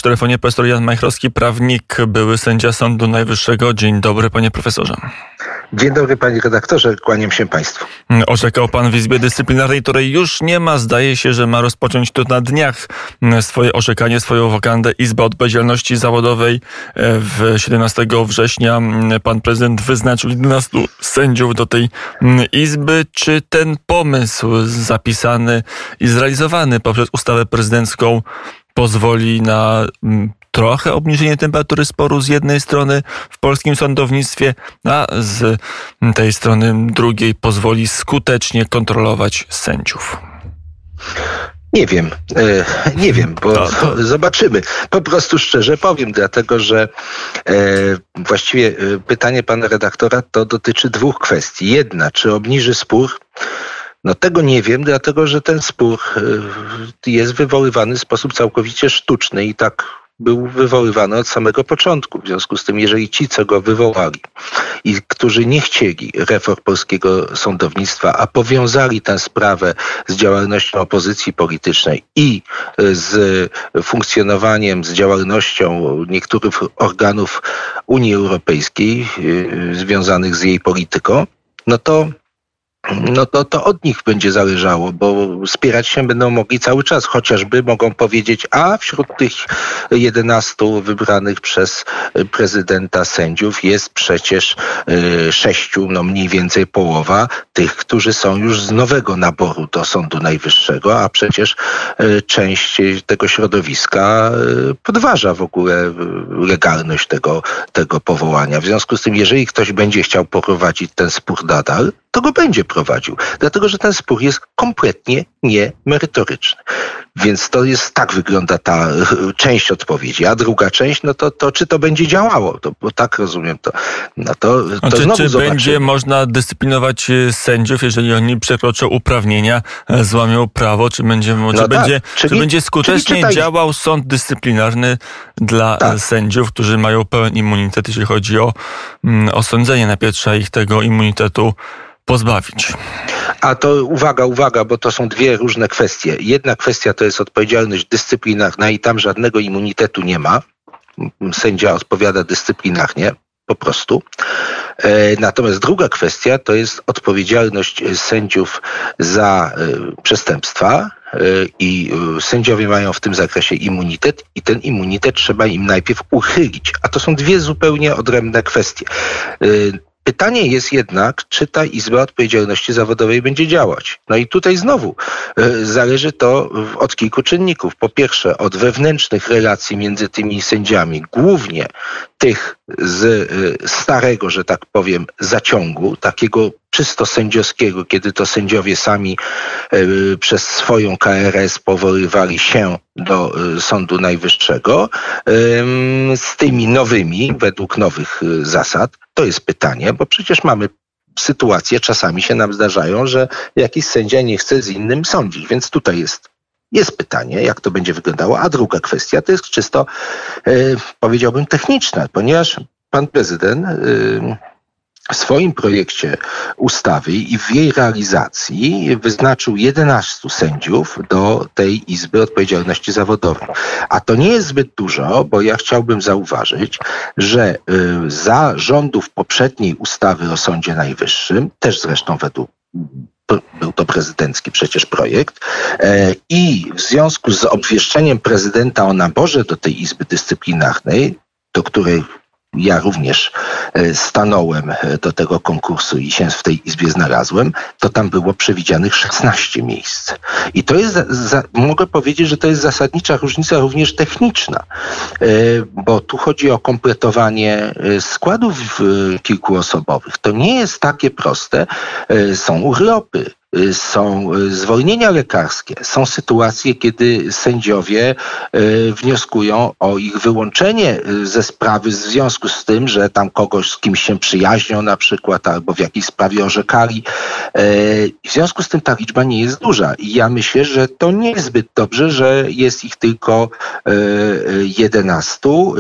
telefonie profesor Jan Majchrowski, prawnik, były sędzia Sądu Najwyższego. Dzień dobry, panie profesorze. Dzień dobry, panie redaktorze, kłaniam się państwu. Orzekał pan w Izbie Dyscyplinarnej, której już nie ma. Zdaje się, że ma rozpocząć to na dniach swoje orzekanie, swoją wokandę. Izba Odpowiedzialności Zawodowej 17 września pan prezydent wyznaczył 11 sędziów do tej izby. Czy ten pomysł zapisany i zrealizowany poprzez ustawę prezydencką pozwoli na trochę obniżenie temperatury sporu z jednej strony w polskim sądownictwie, a z tej strony drugiej pozwoli skutecznie kontrolować sędziów? Nie wiem, bo zobaczymy. Po prostu szczerze powiem, dlatego że właściwie pytanie pana redaktora to dotyczy dwóch kwestii. Jedna, czy obniży spór? No tego nie wiem, dlatego że ten spór jest wywoływany w sposób całkowicie sztuczny i tak był wywoływany od samego początku. W związku z tym, jeżeli ci, co go wywołali i którzy nie chcieli reform polskiego sądownictwa, a powiązali tę sprawę z działalnością opozycji politycznej i z funkcjonowaniem, z działalnością niektórych organów Unii Europejskiej związanych z jej polityką, no to od nich będzie zależało, bo wspierać się będą mogli cały czas. Chociażby mogą powiedzieć, a wśród tych 11 wybranych przez prezydenta sędziów jest przecież 6, no mniej więcej połowa tych, którzy są już z nowego naboru do Sądu Najwyższego, a przecież część tego środowiska podważa w ogóle legalność tego powołania. W związku z tym, jeżeli ktoś będzie chciał poprowadzić ten spór nadal, to go będzie prowadził. Dlatego, że ten spór jest kompletnie niemerytoryczny. Więc tak wygląda ta część odpowiedzi. A druga część, no to czy to będzie działało? Bo tak rozumiem to. To znowu czy zobaczymy. Będzie można dyscyplinować sędziów, jeżeli oni przekroczą uprawnienia, złamią prawo? Czy będzie skutecznie działał sąd dyscyplinarny dla sędziów, którzy mają pełen immunitet, jeśli chodzi o osądzenie? Najpierw trzeba ich tego immunitetu pozbawić. A to uwaga, bo to są dwie różne kwestie. Jedna kwestia to jest odpowiedzialność dyscyplinarna i tam żadnego immunitetu nie ma. Sędzia odpowiada dyscyplinarnie, po prostu. Natomiast druga kwestia to jest odpowiedzialność sędziów za przestępstwa i sędziowie mają w tym zakresie immunitet i ten immunitet trzeba im najpierw uchylić. A to są dwie zupełnie odrębne kwestie. Pytanie jest jednak, czy ta Izba Odpowiedzialności Zawodowej będzie działać. No i tutaj znowu zależy to od kilku czynników. Po pierwsze, od wewnętrznych relacji między tymi sędziami, głównie tych z starego, że tak powiem, zaciągu, takiego czysto sędziowskiego, kiedy to sędziowie sami przez swoją KRS powoływali się do Sądu Najwyższego z tymi nowymi, według nowych zasad. To jest pytanie, bo przecież mamy sytuacje, czasami się nam zdarzają, że jakiś sędzia nie chce z innym sądzić, więc tutaj jest pytanie, jak to będzie wyglądało. A druga kwestia to jest czysto, powiedziałbym, techniczna, ponieważ pan prezydent w swoim projekcie ustawy i w jej realizacji wyznaczył 11 sędziów do tej Izby Odpowiedzialności Zawodowej. A to nie jest zbyt dużo, bo ja chciałbym zauważyć, że za rządów poprzedniej ustawy o Sądzie Najwyższym, też zresztą był to prezydencki przecież projekt, i w związku z obwieszczeniem prezydenta o naborze do tej Izby Dyscyplinarnej, do której ja również stanąłem do tego konkursu i się w tej izbie znalazłem, to tam było przewidzianych 16 miejsc. I to jest, mogę powiedzieć, że to jest zasadnicza różnica również techniczna, bo tu chodzi o kompletowanie składów kilkuosobowych. To nie jest takie proste. Są urlopy, są zwolnienia lekarskie, są sytuacje, kiedy sędziowie wnioskują o ich wyłączenie ze sprawy w związku z tym, że tam kogoś z kimś się przyjaźnią na przykład albo w jakiejś sprawie orzekali. W związku z tym ta liczba nie jest duża i ja myślę, że to nie jest zbyt dobrze, że jest ich tylko 11.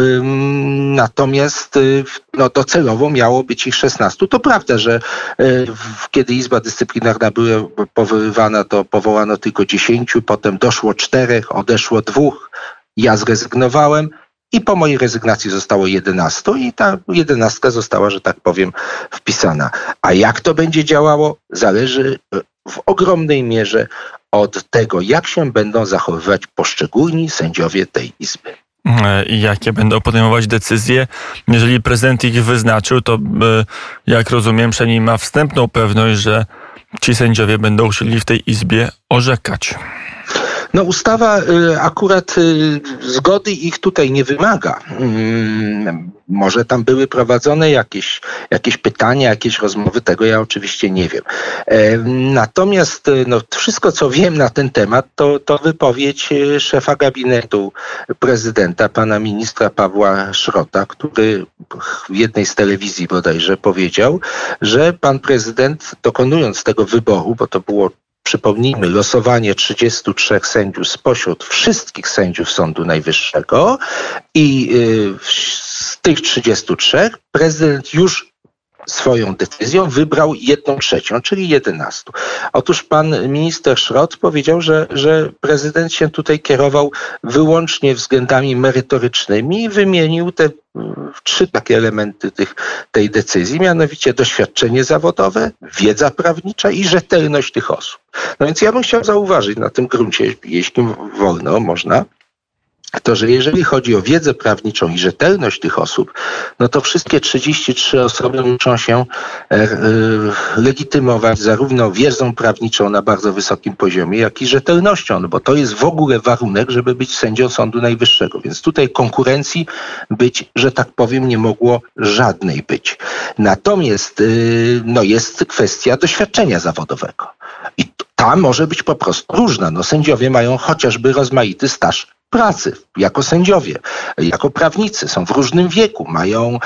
Natomiast docelowo miało być ich 16. To prawda, że kiedy Izba Dyscyplinarna była powoływana, to powołano tylko 10, potem doszło 4, odeszło 2. ja zrezygnowałem i po mojej rezygnacji zostało 11 i ta 11 została, że tak powiem, wpisana. A jak to będzie działało, zależy w ogromnej mierze od tego, jak się będą zachowywać poszczególni sędziowie tej Izby. I jakie będą podejmować decyzje. Jeżeli prezydent ich wyznaczył, to jak rozumiem, przynajmniej ma wstępną pewność, że ci sędziowie będą chcieli w tej Izbie orzekać. No ustawa akurat zgody ich tutaj nie wymaga. Może tam były prowadzone jakieś pytania, jakieś rozmowy, tego ja oczywiście nie wiem. Natomiast wszystko, co wiem na ten temat, to wypowiedź szefa gabinetu prezydenta, pana ministra Pawła Szrota, który w jednej z telewizji bodajże powiedział, że pan prezydent, dokonując tego wyboru, bo to było, przypomnijmy, losowanie 33 sędziów spośród wszystkich sędziów Sądu Najwyższego i z tych 33 prezydent już swoją decyzją wybrał 1/3, czyli 11. Otóż pan minister Szrot powiedział, że prezydent się tutaj kierował wyłącznie względami merytorycznymi i wymienił te 3 takie elementy tej decyzji, mianowicie doświadczenie zawodowe, wiedza prawnicza i rzetelność tych osób. No więc ja bym chciał zauważyć na tym gruncie, jeśli wolno, można, to, że jeżeli chodzi o wiedzę prawniczą i rzetelność tych osób, no to wszystkie 33 osoby muszą się legitymować zarówno wiedzą prawniczą na bardzo wysokim poziomie, jak i rzetelnością, no bo to jest w ogóle warunek, żeby być sędzią Sądu Najwyższego. Więc tutaj konkurencji być, że tak powiem, nie mogło żadnej być. Natomiast jest kwestia doświadczenia zawodowego. I ta może być po prostu różna. No, sędziowie mają chociażby rozmaity staż pracy jako sędziowie, jako prawnicy, są w różnym wieku, mają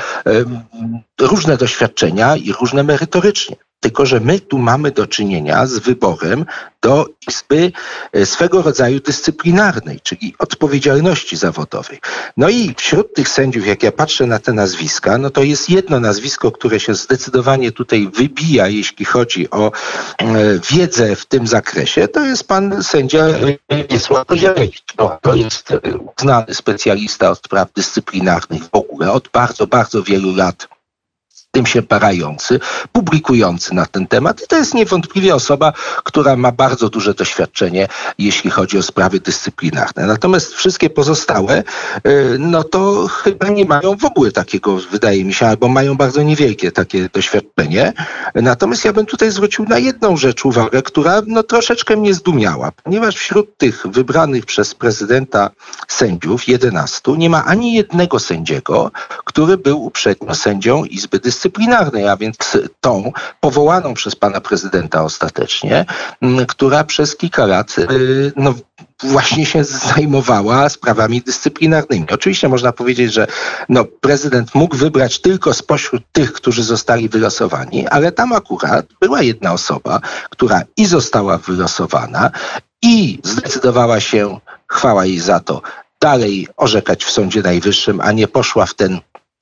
różne doświadczenia i różne merytorycznie. Tylko że my tu mamy do czynienia z wyborem do Izby swego rodzaju dyscyplinarnej, czyli odpowiedzialności zawodowej. No i wśród tych sędziów, jak ja patrzę na te nazwiska, no to jest jedno nazwisko, które się zdecydowanie tutaj wybija, jeśli chodzi o wiedzę w tym zakresie, to jest pan sędzia Wiesław Kozielewicz. No, to jest znany specjalista od spraw dyscyplinarnych w ogóle, od bardzo, bardzo wielu lat tym się parający, publikujący na ten temat. I to jest niewątpliwie osoba, która ma bardzo duże doświadczenie, jeśli chodzi o sprawy dyscyplinarne. Natomiast wszystkie pozostałe, no to chyba nie mają w ogóle takiego, wydaje mi się, albo mają bardzo niewielkie takie doświadczenie. Natomiast ja bym tutaj zwrócił na jedną rzecz uwagę, która troszeczkę mnie zdumiała, ponieważ wśród tych wybranych przez prezydenta sędziów, 11, nie ma ani jednego sędziego, który był uprzednio sędzią Izby Dyscyplinarnej, a więc tą powołaną przez pana prezydenta ostatecznie, która przez kilka lat właśnie się zajmowała sprawami dyscyplinarnymi. Oczywiście można powiedzieć, że prezydent mógł wybrać tylko spośród tych, którzy zostali wylosowani, ale tam akurat była jedna osoba, która i została wylosowana i zdecydowała się, chwała jej za to, dalej orzekać w Sądzie Najwyższym, a nie poszła w ten,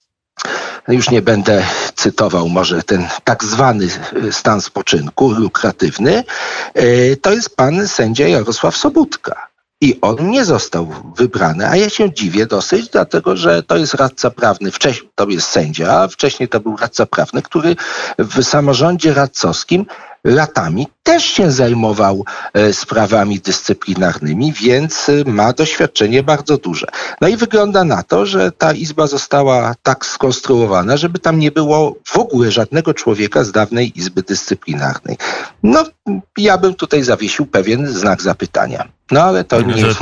już nie będę cytował może ten tak zwany stan spoczynku lukratywny, to jest pan sędzia Jarosław Sobótka. I on nie został wybrany, a ja się dziwię dosyć, dlatego że to jest radca prawny, wcześniej to jest sędzia, a wcześniej to był radca prawny, który w samorządzie radcowskim latami też się zajmował sprawami dyscyplinarnymi, więc ma doświadczenie bardzo duże. No i wygląda na to, że ta izba została tak skonstruowana, żeby tam nie było w ogóle żadnego człowieka z dawnej Izby Dyscyplinarnej. No, ja bym tutaj zawiesił pewien znak zapytania. No ale to nie jest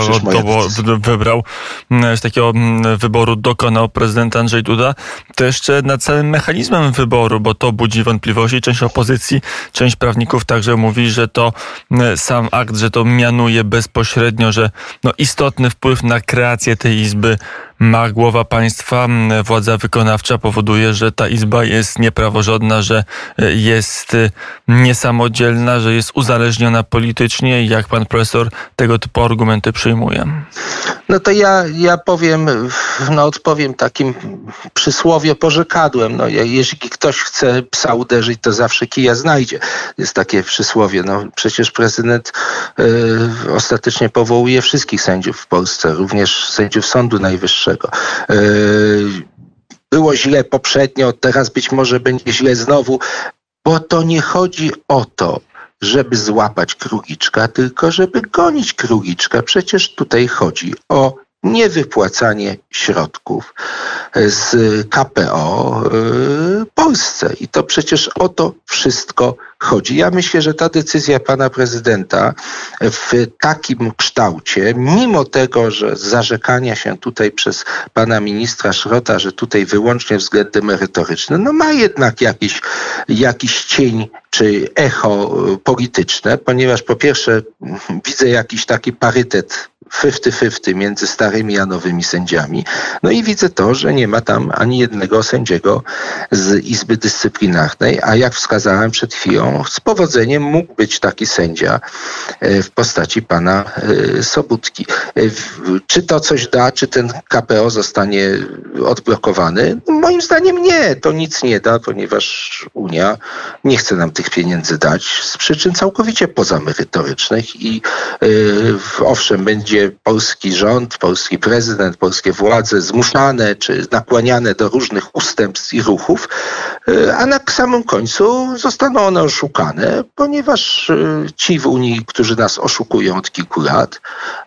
wybrał, z takiego wyboru dokonał prezydent Andrzej Duda, to jeszcze nad całym mechanizmem wyboru, bo to budzi wątpliwości. Część opozycji, część prawników także mówi, że to sam akt, że to mianuje bezpośrednio, że istotny wpływ na kreację tej izby ma głowa państwa, władza wykonawcza powoduje, że ta izba jest niepraworządna, że jest niesamodzielna, że jest uzależniona politycznie. Jak pan profesor tego typu argumenty przyjmuje? No to ja powiem, odpowiem takim przysłowie porzekadłem. Jeśli ktoś chce psa uderzyć, to zawsze kija znajdzie. Jest takie przysłowie. Przecież prezydent ostatecznie powołuje wszystkich sędziów w Polsce, również sędziów Sądu Najwyższego. Było źle poprzednio, teraz być może będzie źle znowu, bo to nie chodzi o to, żeby złapać króliczka, tylko żeby gonić króliczka. Przecież tutaj chodzi o niewypłacanie środków z KPO Polsce. I to przecież o to wszystko chodzi. Ja myślę, że ta decyzja pana prezydenta w takim kształcie, mimo tego, że zarzekania się tutaj przez pana ministra Szrota, że tutaj wyłącznie względy merytoryczne, ma jednak jakiś cień czy echo polityczne, ponieważ po pierwsze widzę jakiś taki parytet 50-50 między starymi a nowymi sędziami. I widzę to, że nie ma tam ani jednego sędziego z Izby Dyscyplinarnej, a jak wskazałem przed chwilą, z powodzeniem mógł być taki sędzia w postaci pana Sobótki. Czy to coś da, czy ten KPO zostanie odblokowany? Moim zdaniem nie, to nic nie da, ponieważ Unia nie chce nam tych pieniędzy dać z przyczyn całkowicie pozamerytorycznych i owszem, będzie polski rząd, polski prezydent, polskie władze zmuszane czy nakłaniane do różnych ustępstw i ruchów, a na samym końcu zostaną one oszukane, ponieważ ci w Unii, którzy nas oszukują od kilku lat,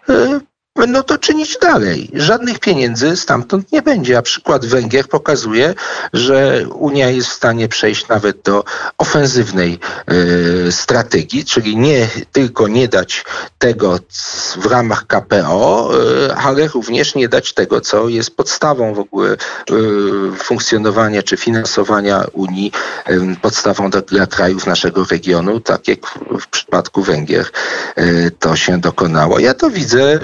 będą to czynić dalej. Żadnych pieniędzy stamtąd nie będzie. A przykład Węgier pokazuje, że Unia jest w stanie przejść nawet do ofensywnej strategii, czyli nie tylko nie dać tego w ramach KPO, ale również nie dać tego, co jest podstawą w ogóle funkcjonowania czy finansowania Unii, podstawą dla krajów naszego regionu, tak jak w przypadku Węgier to się dokonało. Ja to widzę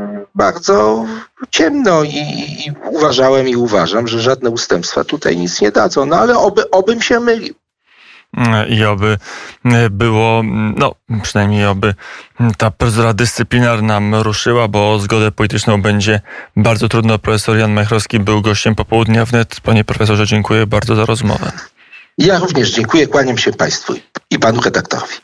bardzo ciemno i uważałem i uważam, że żadne ustępstwa tutaj nic nie dadzą. Ale obym się mylił. I oby było, przynajmniej oby ta procedura dyscyplinarna ruszyła, bo o zgodę polityczną będzie bardzo trudno. Profesor Jan Majchrowski był gościem Popołudnia Wnet. Panie profesorze, dziękuję bardzo za rozmowę. Ja również dziękuję, kłaniam się państwu i panu redaktorowi.